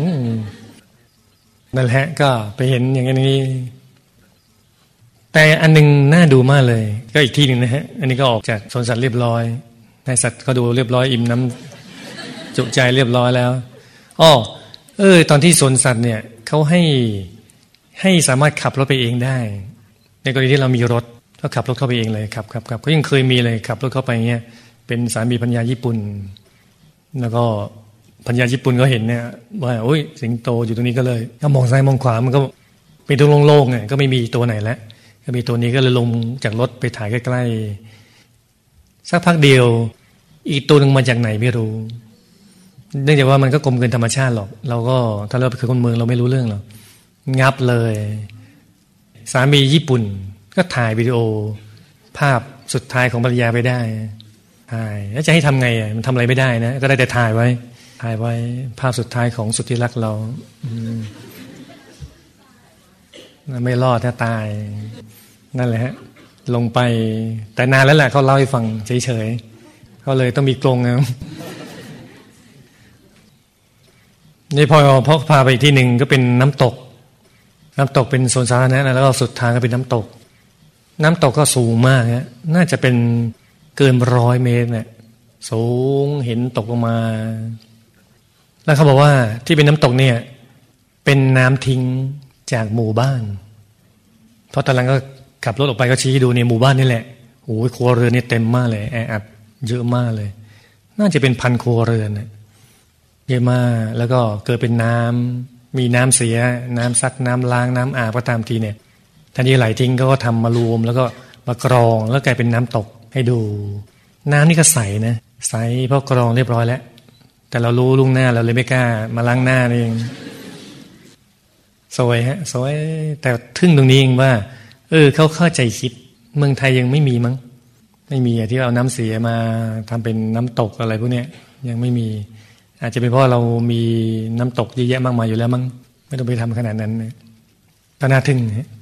นั่นแหละก็ไปเห็นอย่างนี้แต่อันนึงน่าดูมากเลยก็อีกที่หนึ่งนะฮะอันนี้ก็ออกจากสวนสัตว์เรียบร้อยในสัตว์ก็ดูเรียบร้อยอิ่มน้ำจุใจเรียบร้อยแล้วตอนที่สวนสัตว์เนี่ยเขาให้สามารถขับรถไปเองได้ในกรณีที่เรามีรถก็ขับรถเข้าไปเองเลยขับก็ยังเคยมีเลยขับรถเข้าไปเงี้ยเป็นสามีภรรยาญี่ปุ่นแล้วก็ภรรยาญี่ปุ่นก็เห็นเนี่ยว่าโอ้ยสิงโตอยู่ตรงนี้ก็เลยก็มองซ้ายมองขวามันก็เป็นตรงโล่งๆไงก็ไม่มีตัวไหนแล้วก็มีตัวนี้ก็เลยลงจากรถไปถ่ายใกล้ๆสักพักเดียวอีกตัวหนึ่งมาจากไหนไม่รู้เนื่องจากว่ามันก็กลมเกินธรรมชาติหรอกเราก็ถ้าเราเป็นคนเมืองเราไม่รู้เรื่องหรอกงับเลยสามีญี่ปุ่นก็ถ่ายวิดีโอภาพสุดท้ายของภรรยาไปได้ถ่ายแล้วจะให้ทำไงมันทำอะไรไม่ได้นะก็ได้แต่ถ่ายไว้ภาพสุดท้ายของสุดที่รักเราไม่รอดถ้าตายนั่นแหละฮะลงไปแต่นานแล้วแหละเขาเล่าให้ฟังเฉยๆเขาเลยต้องมีกรงนะนี่พอพาไปที่หนึ่งก็เป็นน้ำตกเป็นโซนสาธารณะนะแล้วก็สุดทางก็เป็นน้ำตกก็สูงมากนะน่าจะเป็นเกิน100 เมตรเนี่ยสูงเห็นตกลงมาแล้วเขาบอกว่าที่เป็นน้ำตกเนี่ยเป็นน้ำทิ้งจากหมู่บ้านเพราะตอนหลังก็ขับรถออกไปก็ชี้ดูในหมู่บ้านนี่แหละโอ้ยครัวเรือนนี่เต็มมากเลยแออัดเยอะมากเลยน่าจะเป็น1,000 ครัวเรือนเยอะมากแล้วก็เกิดเป็นน้ำมีน้ำเสียน้ำซักน้ำล้างน้ำอาบก็ตามทีเนี่ยทันทีไหลทิ้งก็ทำมารวมแล้วก็มากรองแล้วกลายเป็นน้ำตกให้ดูน้ำนี่ก็ใสนะใสเพราะกรองเรียบร้อยแล้วแต่เรารู้ล่วงหน้าเราเลยไม่กล้ามาล้างหน้าเองสวยฮะสวยแต่ทึ่งตรงนี้เองว่าเขาเข้าใจคิดเมืองไทยยังไม่มีมั้งไม่มีที่เอาน้ำเสียมาทำเป็นน้ำตกอะไรพวกเนี้ยยังไม่มีอาจจะเป็นเพราะเรามีน้ำตกเยอะแยะมากมายอยู่แล้วมั้งไม่ต้องไปทำขนาดนั้นก็น่าทึ่ง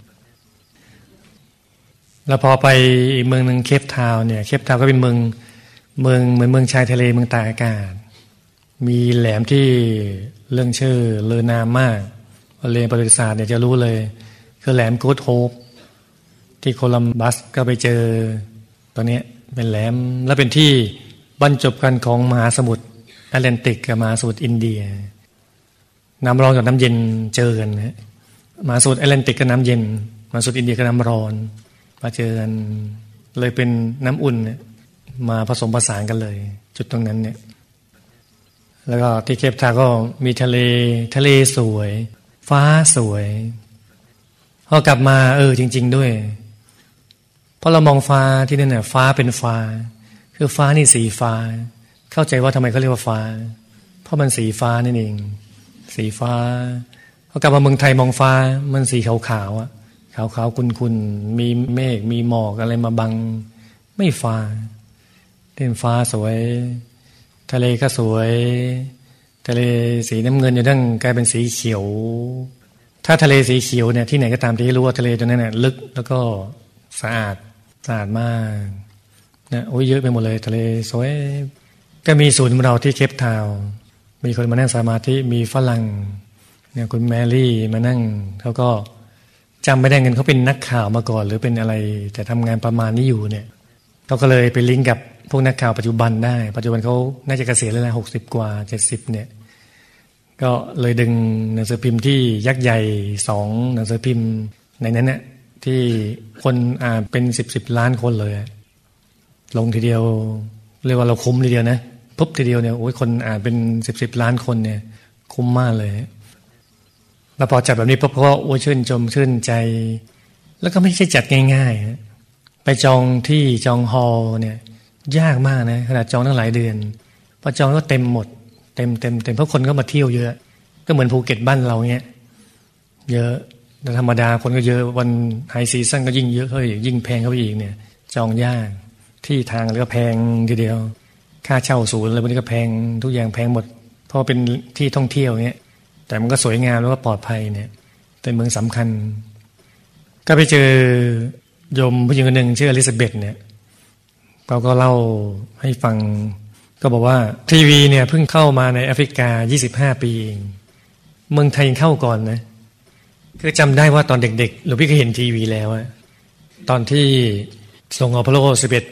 แล้วพอไปอีกเมืองหนึ่งเคปทาวน์เนี่ยเคปทาวน์ก็เป็นเมืองเหมือนเมืองชายทะเลเมืองตากอากาศมีแหลมที่เรื่องชื่อเลอนามมากเรียนประวัติศาสตร์เนี่ยจะรู้เลยคือแหลมกู๊ดโฮปที่โคลัมบัสก็ไปเจอตอนนี้เป็นแหลมและเป็นที่บรรจบกันของมหาสมุทรแอตแลนติกกับมหาสมุทรอินเดียน้ำร้อนกับน้ำเย็นเจอกันนะมหาสมุทรแอตแลนติกกับน้ำเย็นมหาสมุทรอินเดียกับน้ำร้อนมาเจอกันเลยเป็นน้ำอุ่นมาผสมผสานกันเลยจุดตรงนั้นเนี่ยแล้วก็ที่เคปทาวน์ก็มีทะเลสวยฟ้าสวยพอกลับมาจริงๆด้วยเพราะเรามองฟ้าที่นั่นเนี่ยฟ้าเป็นฟ้าคือฟ้านี่สีฟ้าเข้าใจว่าทำไมเขาเรียกว่าฟ้าเพราะมันสีฟ้านั่นเองสีฟ้าพอกลับมาเมืองไทยมองฟ้ามันสีขาวๆขาวๆขุ่นๆมีเมฆมีหมอกอะไรมาบังไม่ฟ้าเป็นฟ้าสวยทะเลก็สวยทะเลสีน้ำเงินอยู่ทั้งกลายเป็นสีเขียวถ้าทะเลสีเขียวเนี่ยที่ไหนก็ตามที่รู้ว่าทะเลตรงนั้นเนี่ยลึกแล้วก็สะอาดมากนะโอ้ยเยอะไปหมดเลยทะเลสวยก็มีศูนย์เราที่เคปทาวน์มีคนมานั่งสมาธิมีฝรั่งเนี่ยคุณแมรี่มานั่งเขาก็จำไม่ได้เงินเขาเป็นนักข่าวมาก่อนหรือเป็นอะไรแต่ทำงานประมาณนี้อยู่เนี่ยเขาก็เลยไปลิงก์กับพวกนักข่าวปัจจุบันได้ปัจจุบันเขาน่าจะเกษียณแล้วนะ60 กว่า70เนี่ยก็เลยดึงหนังสือพิมพ์ที่ยักษ์ใหญ่2หนังสือพิมพ์ในนั้นเนี่ยที่คนอ่านเป็น10 ล้านคนเลยลงทีเดียวเรียกว่าเราคุ้มทีเดียวนะปุ๊บทีเดียวเนี่ยโอ้ยคนอ่านเป็น10 ล้านคนเนี่ยคุ้มมากเลยแล้วพอจัดแบบนี้ปุ๊บก็โอ้ยชื่นใจแล้วก็ไม่ใช่จัดง่ายๆไปจองที่จองฮอลเนี่ยยากมากนะขนาดจองตั้งหลายเดือนพอจองก็เต็มหมดเต็มเพราะคนก็มาเที่ยวเยอะก็เหมือนภูเก็ตบ้านเราเงี้ยเยอะแต่ธรรมดาคนก็เยอะวันไฮซีซั่นก็ยิ่งเยอะยิ่งแพงเข้าไปอีกเนี่ยจองยากที่ทางแล้วก็แพงทีเดียวค่าเช่าศูนย์อะไรพวกนี้ก็แพงทุกอย่างแพงหมดเพราะเป็นที่ท่องเที่ยวเงี้ยแต่มันก็สวยงามแล้วก็ปลอดภัยเนี่ยเป็นเมืองสำคัญก็ไปเจอโยมผู้หญิงคนหนึ่งชื่ออลิซาเบธเนี่ยเขาก็เล่าให้ฟังก็บอกว่าทีวีเนี่ยเพิ่งเข้ามาในแอฟริกา25 ปีเองเมืองไทยเข้าก่อนนะคือจำได้ว่าตอนเด็กๆหลวงพี่ก็เห็นทีวีแล้วตอนที่ส่งอพอลโล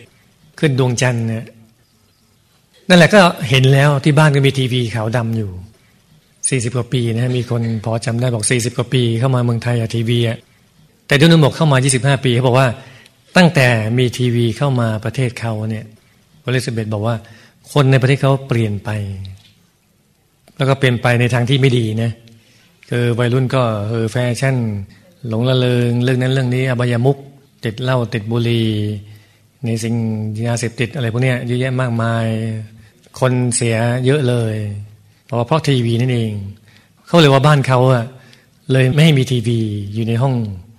11ขึ้นดวงจันทร์เนี่ยนั่นแหละก็เห็นแล้วที่บ้านก็มีทีวีขาวดำอยู่40 กว่าปีนะมีคนพอจำได้บอก40 กว่าปีเข้ามาเมืองไทยทีวีแต่ดูนึกบอกเข้ามา25 ปีเขาบอกว่าตั้งแต่มีทีวีเข้ามาประเทศเขาเนี่ยอลิซาเบธบอกว่าคนในประเทศเขาเปลี่ยนไปแล้วก็เปลี่ยนไปในทางที่ไม่ดีนะคือวัยรุ่นก็แฟชั่นหลงละเลงเรื่องนั้นเรื่องนี้อบายมุขติดเหล้าติดบุหรี่ในสิ่งยาเสพติดอะไรพวกนี้เยอะแยะมากมายคนเสียเยอะเลยเพราะทีวีนั่นเองเขาเลยว่าบ้านเขาเลยไม่ให้มีทีวีอยู่ในห้อง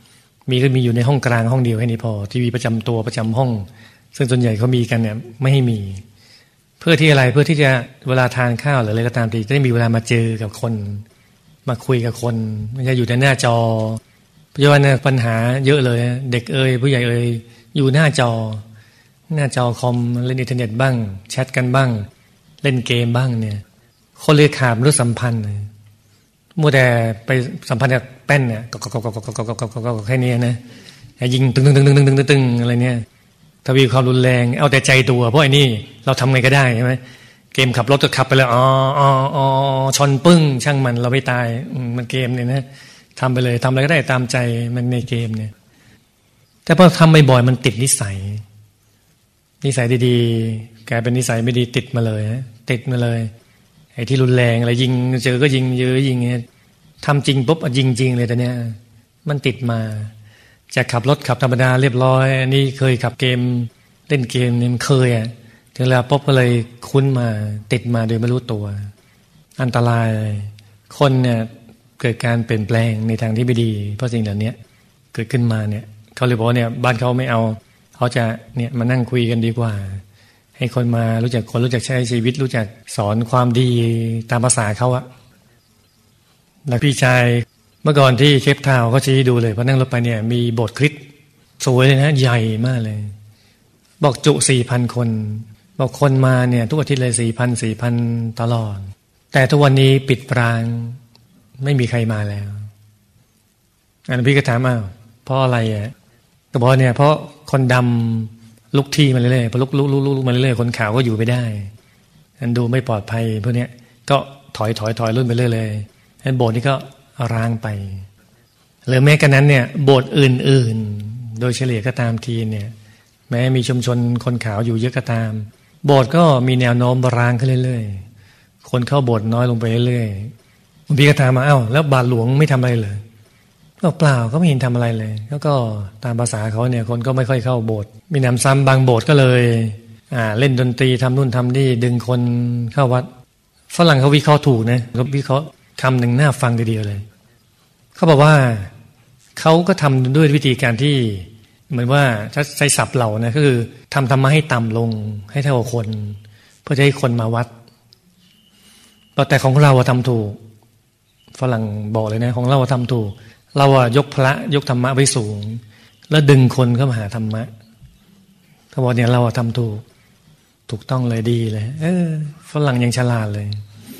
มีก็มีอยู่ในห้องกลางห้องเดียวแค่นี้พอทีวีประจำตัวประจำห้องซึ่งส่วนใหญ่เขามีกันเนี่ยไม่ให้มีเพื่อที่อะไรเพื่อที่จะเวลาทานข้าวหรืออะไรก็ตามทีจะได้มีเวลามาเจอกับคนมาคุยกับคนไม่ใช่อยู่แต่หน้าจอปัจจุบันเนี่ยปัญหาเยอะเลยเด็กผู้ใหญ่อยู่หน้าจอคอมเล่นอินเทอร์เน็ตบ้างแชทกันบ้างเล่นเกมบ้างเนี่ยคนเลยขาดมนุษยสัมพันธ์มัวแต่ไปสัมพันธ์กับแป้นเนี่ยก็แค่นี้นะยิงตึงอะไรเนี่ยทวีความรุนแรงเอาแต่ใจตัวเพราะไอ้นี่เราทำไงก็ได้ใช่ไหมเกมขับรถก็ขับไปเลยชนปึ้งช่างมันเราไม่ตายมันเกมเนี่ยนะทำไปเลยทำอะไรก็ได้ตามใจมันในเกมเนี่ยแต่พอทำบ่อยๆมันติดนิสัยดีๆกลายเป็นนิสัยไม่ดีติดมาเลยติดมาเลยไอ้ที่รุนแรงอะไรยิงเจอก็ยิงเยอะยิงเนี่ยทำจริงปุ๊บยิงจริงเลยแต่เนี้ยมันติดมาจะขับรถขับธรรมดาเรียบร้อยนี่เคยขับเกมเล่นเกมนี่มันเคยถึงเวลาปุ๊บก็เลยคุ้นมาติดมาโดยไม่รู้ตัวอันตรายคนเนี่ยเกิดการเปลี่ยนแปลงในทางที่ไม่ดีเพราะสิ่งเหล่านี้เกิดขึ้นมาเนี่ยเขาเลยบอกเนี่ยบ้านเขาไม่เอาเขาจะเนี่ยมานั่งคุยกันดีกว่าให้คนมารู้จักคนรู้จักใช้ชีวิตรู้จักสอนความดีตามภาษาเขาอะแล้วพี่ชายเมื่อก่อนที่เคปทาวน์เขาชี้ดูเลยพอนั่งรถไปเนี่ยมีโบสถ์คริสต์สวยเลยนะใหญ่มากเลยบอกจุ 4,000 คนบอกคนมาเนี่ยทุกอาทิตย์เลย 4,000 ตลอดแต่ทุกวันนี้ปิดร้างไม่มีใครมาแล้วอันพี่ก็ถามเพราะอะไรก็บอกเนี่ยเพราะคนดำลุกที่มาเรื่อยๆพอลุกมาเรื่อยๆคนขาวก็อยู่ไม่ได้อันดูไม่ปลอดภัยพวกเนี้ยก็ถอยรุ่นไปเรื่อยเลยอันโบสถ์นี่ก็ร้างไปหรือแม้กระนั้นเนี่ยโบสถ์อื่นๆโดยเฉลี่ยก็ตามทีเนี่ยแม้มีชุมชนคนขาวอยู่เยอะก็ตามโบสถ์ก็มีแนวโน้มร้างขึ้นเรื่อยๆคนเข้าโบสถ์น้อยลงไปเรื่อยๆพี่ก็ถามมาแล้วบาทหลวงไม่ทำอะไรเลยก็เปล่าก็ไม่เห็นทำอะไรเลยแล้วก็ตามภาษาเขาเนี่ยคนก็ไม่ค่อยเข้าโบสถ์มีน้ำซ้ำบางโบสถ์ก็เลยเล่นดนตรีทำนู่นทำนี่ดึงคนเข้าวัดฝรั่งเขาวิเคราะห์ถูกนะเขาวิเคราะห์คำหนึ่งน่าฟังทีเดียวเลยเขาบอกว่าเขาก็ทำด้วยวิธีการที่เหมือนว่าถ้าใช้ศัพท์เรานะก็คือทำธรรมะให้ต่ำลงให้เท่ากับคนเพื่อจะให้คนมาวัดแต่ของเราทำถูกฝรั่งบอกเลยนะของเราทำถูกเรายกพระยกธรรมะไว้สูงแล้วดึงคนเข้ามาหาธรรมะเขาบอกเนี่ยเราทำถูกต้องเลยดีเลยฝรั่งยังฉลาดเลย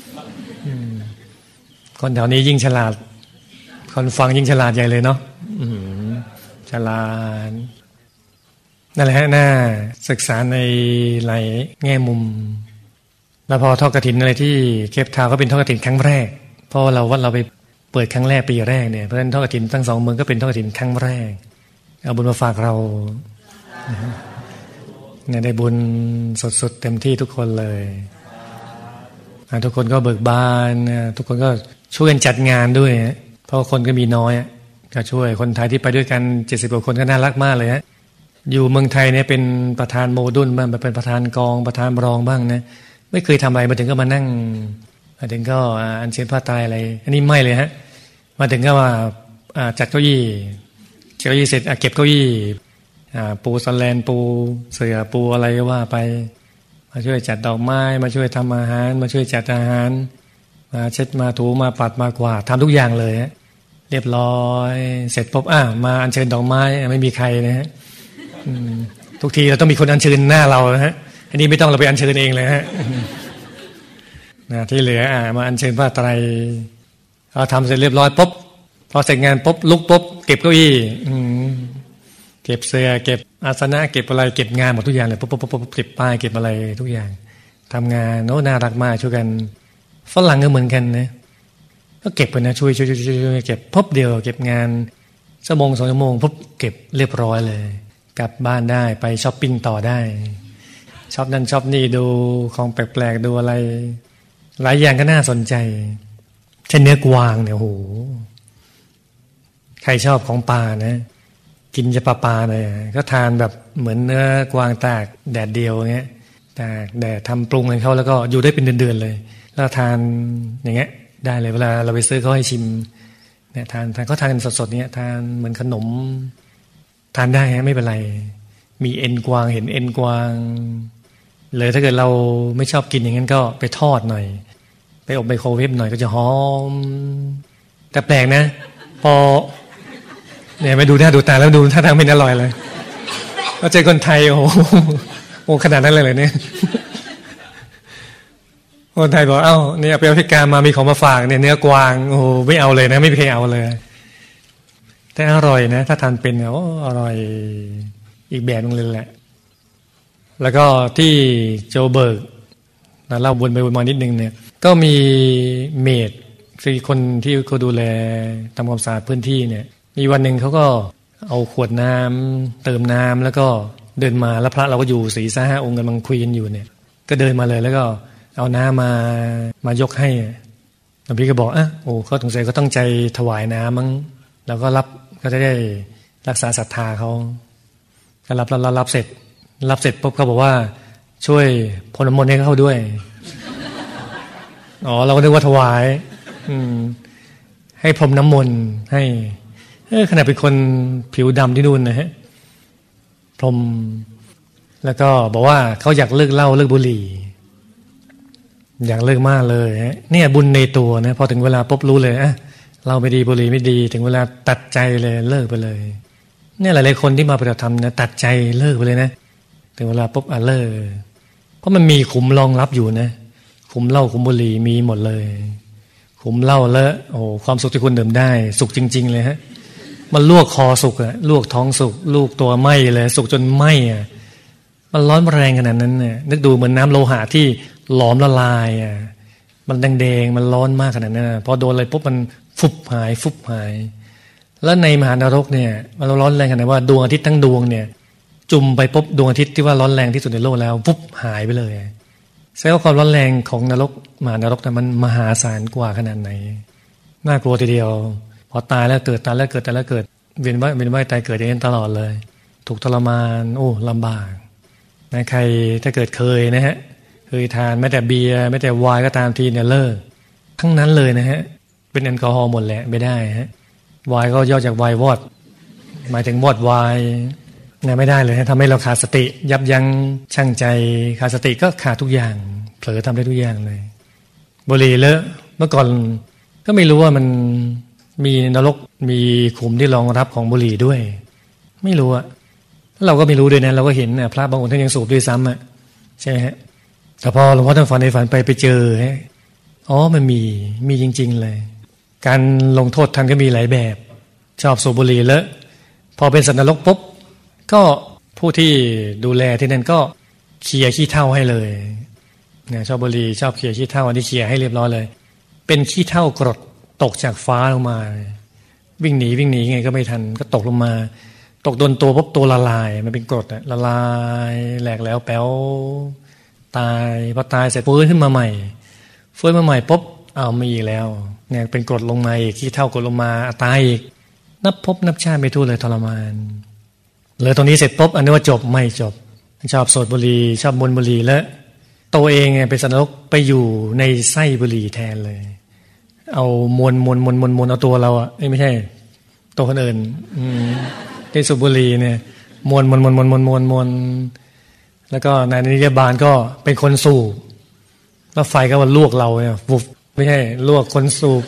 คนแถวนี้ยิ่งฉลาดคนฟังยิ่งฉลาดใหญ่เลยเนาะฉลาดนั่นแหละน่าศึกษาในหลายแง่มุมแล้วพอทอดกฐินอะไรที่เคปทาวน์ก็เป็นทอดกฐินครั้งแรกเพราะเราวัดเราไปเปิดครั้งแรกปีแรกเนี่ยเพราะฉะนั้นทอดกฐินทั้ง2เมืองก็เป็นทอดกฐินครั้งแรกเอาบุญมาฝากเราเนี่ยได้บุญสุดๆเต็มที่ทุกคนเลยทุกคนก็เบิกบานทุกคนก็ช่วยกันจัดงานด้วยเพราะคนก็มีน้อยก็ช่วยคนไทยที่ไปด้วยกัน70 กว่าคนก็น่ารักมากเลยอยู่เมืองไทยเนี่ยเป็นประธานโมดุลบ้างเป็นประธานกองประธานรองบ้างนะไม่เคยทำอะไรมาถึงก็มานั่งมาถึงก็อัญเชิญผ้าไตรอะไรอันนี้ไม่เลยมาถึงก็ว่าจัดเก้าอี้เสร็จเก็บเก้าอี้ปูสแลนปูเสื่อปูอะไรก็ว่าไปมาช่วยจัดดอกไม้มาช่วยทำอาหารมาช่วยจัดอาหารมาเช็ดมาถูมาปัดมากวาดทำทุกอย่างเลยเรียบร้อยเสร็จปุ๊บมาอัญเชิญดอกไม้ไม่มีใครนะฮะทุกทีเราต้องมีคนอัญเชิญหน้าเราฮะอันนี้ไม่ต้องเราไปอัญเชิญเองเลยฮะที่เหลือมาอัญเชิญผ้าไตรเราทำเสร็จเรียบร้อยปุ๊บพอเสร็จงานปุ๊บลุกปุ๊บเก็บเก้าอี้เก็บเสื้อเก็บอาสนะเก็บอะไรเก็บงานหมดทุกอย่างเลยปุ๊บเก็บป้ายเก็บอะไรทุกอย่างทำงานน่ารักมากช่วยกันฝรั่งก็เหมือนกันนะก็เก็บไปนะช่วยเก็บปุ๊บเดียวเก็บงาน2 ชั่วโมงปุ๊บเก็บเรียบร้อยเลยกลับบ้านได้ไปช้อปปิ้งต่อได้ช็อปนั่นช็อปนี่ดูของแปลกๆดูอะไรหลายอย่างก็น่าสนใจเช่นเนื้อกวางเนี่ยโหใครชอบของปลานะกินจะปลาเลยก็ทานแบบเหมือนเนื้อกวางตากแดดเดียวเงี้ยตากแดดทำปรุงให้เขาแล้วก็อยู่ได้เป็นเดือนๆเลยแล้วทานอย่างเงี้ยได้เลยเวลาเราไปซื้อเขาให้ชิมเนี่ยทานก็ทานกันสดๆเนี่ยทานเหมือนขนมทานได้ฮะไม่เป็นไรมีเอ็นกวางเห็นเอ็นกวางเลยถ้าเกิดเราไม่ชอบกินอย่างนั้นก็ไปทอดหน่อยไปอบไมโครเวฟหน่อยก็จะหอมแต่แปลกนะพอเนี่ยไปดูหน้าดูตาแล้วดูท่าทางไม่อร่อยเลยเราเจอคนไทยโอ้โหขนาดนั้นเลยเนี่ยคนไทยบอกเอ้าเนี่ยไปแอฟริกามามีของมาฝากเนี่ยเนื้อกวางโอ้ไม่เอาเลยนะไม่เคยเอาเลยแต่อร่อยนะถ้าทานเป็นโอ้อร่อยอีกแบบนึงเลยแหละแล้วก็ที่โจเบิร์กเล่าวนไปวนมานิดนึงเนี่ยก็มีเมดคือคนที่เขาดูแลทำความสะอาดพื้นที่เนี่ยมีวันหนึ่งเขาก็เอาขวดน้ำเติมน้ำแล้วก็เดินมาแล้วพระเราก็อยู่4-5 องค์กำลังคุยกันอยู่เนี่ยก็เดินมาเลยแล้วก็เอาน้ำมายกให้หลวงพี่ก็บอกโอ้เขาสงสัยก็ต้องใจถวายน้ำมั้งแล้วก็รับก็จะได้รักษาศรัทธาเขาก็รับเสร็จปุ๊บเขาบอกว่าช่วยพรมน้ำมนต์ให้เขาด้วยอ๋อเราก็นึกว่าถวายให้พรมน้ำมนต์ให้ขณะเป็นคนผิวดำที่นู่นนะฮะพรมแล้วก็บอกว่าเขาอยากเลิกเหล้าเลิกบุหรี่อยากเลิกมากเลยเนี่ยบุญในตัวนะพอถึงเวลาปุ๊บรู้เลยเราไม่ดีบุหรี่ไม่ดีถึงเวลาตัดใจเลยเลิกไปเลยเนี่ยหลายๆคนที่มาปฏิบัติธรรมนะตัดใจเลิกไปเลยนะถึงเวลาปุ๊บเลิกเพราะมันมีขุมรองรับอยู่นะขุมเหล้าขุมบุหรี่มีหมดเลยขุมเหล้าแล้วโอ้ความสุขที่คุณดื่มได้สุขจริงๆเลยฮะมันลวกคอสุกอะลวกท้องสุกลูกตัวไหม้เลยสุกจนไหม้อะมันร้อนแรงขนาดนั้นเนี่ยนึกดูเหมือนน้ำโลหะที่หลอมละลายอะมันแดงๆมันร้อนมากขนาดนั้นพอโดนอะไรปุ๊บมันฟุบหายแล้วในมหานรกเนี่ยมันร้อนแรงขนาดว่าดวงอาทิตย์ทั้งดวงเนี่ยจุ่มไปปุ๊บดวงอาทิตย์ที่ว่าร้อนแรงที่สุดในโลกแล้วฟุบหายไปเลยแสดงว่าความร้อนแรงของนรกมหานรกมันมหาศาลกว่าขนาดไหนน่ากลัวทีเดียวพอตายแล้วเกิดตายแล้วเกิดเวียนว่ายตายเกิดอย่างนี้ตลอดเลยถูกทรมานโอ้ลำบากนะใครถ้าเกิดเคยนะฮะเคยทานแม้แต่เบียร์แม้แต่ไวน์ก็ตามทีเนี่ยเลิกทั้งนั้นเลยนะฮะเป็นแอลกอฮอล์หมดแหละไม่ได้ฮะไวน์ก็ย่อจากไวน์วอดหมายถึงวอดไวน์เนี่ยไม่ได้เลยทำให้เราขาดสติยับยั้งชั่งใจขาดสติก็ขาดทุกอย่างเผลอทำได้ทุกอย่างเลยบุหรี่เลอะเมื่อก่อนก็ไม่รู้ว่ามันมีนรกมีขุมที่รองรับของบุหรี่ด้วยไม่รู้อะเราก็ไม่รู้ด้วยนะเราก็เห็นพระบางองค์ท่านยังสูบด้วยซ้ำอะใช่ไหมฮะแต่พอหลวงพ่อท่านฝันในฝันไปเจอฮะอ๋อมันมีจริงๆเลยการลงโทษท่านก็มีหลายแบบชอบสูบบุหรี่เลอะพอเป็นสัตว์นรกปุ๊บก็ผู้ที่ดูแลที่นั่นก็เคลียร์ขี้เถ้าให้เลยเนี่ยชอบบุหรี่ชอบเคลียร์ขี้เถ้าอันนี้เคลียร์ให้เรียบร้อยเลยเป็นขี้เถ้ากรดตกจากฟ้าลงมาวิ่งหนีไงก็ไม่ทันก็ตกลงมาตกโดนตัวปุ๊บตัวละลายมันเป็นกรดละลายแหลกแล้วแป๊วตายพอตายเสร็จฟื้นขึ้นมาใหม่ปุ๊บมีอีกแล้วเนี่ยเป็นกรดลงมาอีกขี้เถ้ากรดลงมาตายอีกนับพบนับชาติไม่ทั่วเลยทรมานเลยตรงนี้เสร็จปุ๊บอันนี้ว่าจบไม่จบชอบสูบบุหรี่ชอบมวนบุหรี่แล้วตัวเองเป็นสัตว์นรกไปอยู่ในไส้บุหรี่แทนเลยเอามวนเอาตัวเราไม่ใช่ตัวคนอื่นที่สูบบุหรี่เนี่ยมวนแล้วก็นายนิยบาลก็เป็นคนสูบแล้วไฟก็ว่าลวกเราเนี่ยวุบไม่ใช่ลวกคนสูบ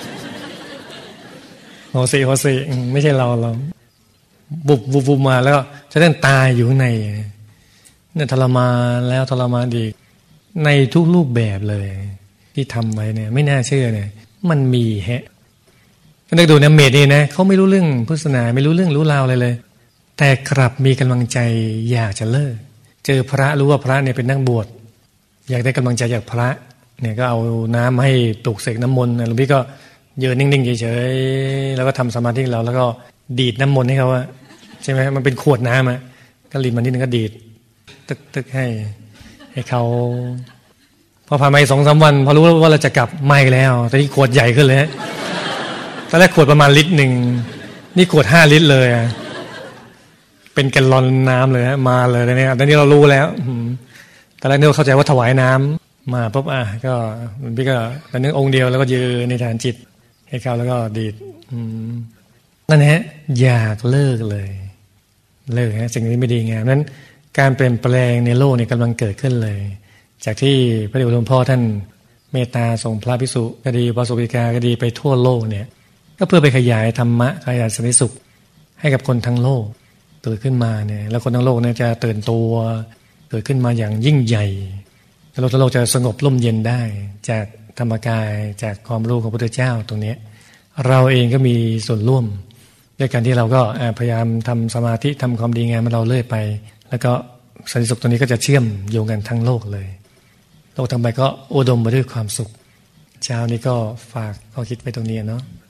โหสิไม่ใช่เราบุบมาแล้วจะต้องตายอยู่ข้างในเนี่ยทรมานแล้วทรมานอีกในทุกรูปแบบเลยที่ทำไว้เนี่ยไม่น่าเชื่อเนี่ยมันมีก็ได้ดูนะเมดนี่นะเขาไม่รู้เรื่องพุทธศาสนาไม่รู้เรื่องรู้ราวอะไรเลยแต่กลับมีกำลังใจอยากจะเลิกเจอพระรู้ว่าพระเนี่ยเป็นนักบวชอยากได้กำลังใจจากพระเนี่ยก็เอาน้ำให้ปลุกเสกน้ำมนต์หลวงพี่ก็ยืนนิ่งๆเฉยๆแล้วก็ทำสมาธิเราแล้วก็ดีดน้ำมนต์ให้เขาใช่ไหมมันเป็นขวดน้ำก็รีบมันนิดนึงก็ดีดตึกให้เขาพอผ่านไป2-3 วันพอรู้ว่าเราจะกลับไม่แล้วแต่นี่ขวดใหญ่ขึ้นเลยตอนแรกขวดประมาณ1 ลิตรนี่ขวด5 ลิตรเลยเป็นแกลลอนน้ำเลยมาเลยเนี่ยตอนนี้เรารู้แล้วตอนแรกเนี่ยเข้าใจว่าถวายน้ำมาปุ๊บก็พี่ก็ตอนนึงองค์เดียวแล้วก็ยืนในฐานจิตให้เขาแล้วก็ดีดนั่นฮะอยากเลิกเลยเลิกฮะสิ่งนี้ไม่ดีงามนั้นการเปลี่ยนแปลงในโลกนี่กำลังเกิดขึ้นเลยจากที่พระเดชพระคุณพ่อท่านเมตตาส่งพระภิกษุก็ดีพระสุภิกาก็ดีไปทั่วโลกเนี่ยก็เพื่อไปขยายธรรมะขยายสันติสุขให้กับคนทั้งโลกเกิดขึ้นมาเนี่ยแล้วคนทั้งโลกเนี่ยจะตื่นตัวเกิดขึ้นมาอย่างยิ่งใหญ่แล้วโลกทั้งโลกจะสงบร่มเย็นได้จากธรรมกายจากความรู้ของพระพุทธเจ้าตรงนี้เราเองก็มีส่วนร่วมด้วยการที่เราก็พยายามทำสมาธิทำความดีงามของเราเรื่อยไปแล้วก็สันติสุขตรงนี้ก็จะเชื่อมโยงกันทั้งโลกเลยโลกทั้งใบก็อุดมไปด้วยความสุขเช้านี้ก็ฝากข้อคิดไปตรงนี้เนาะ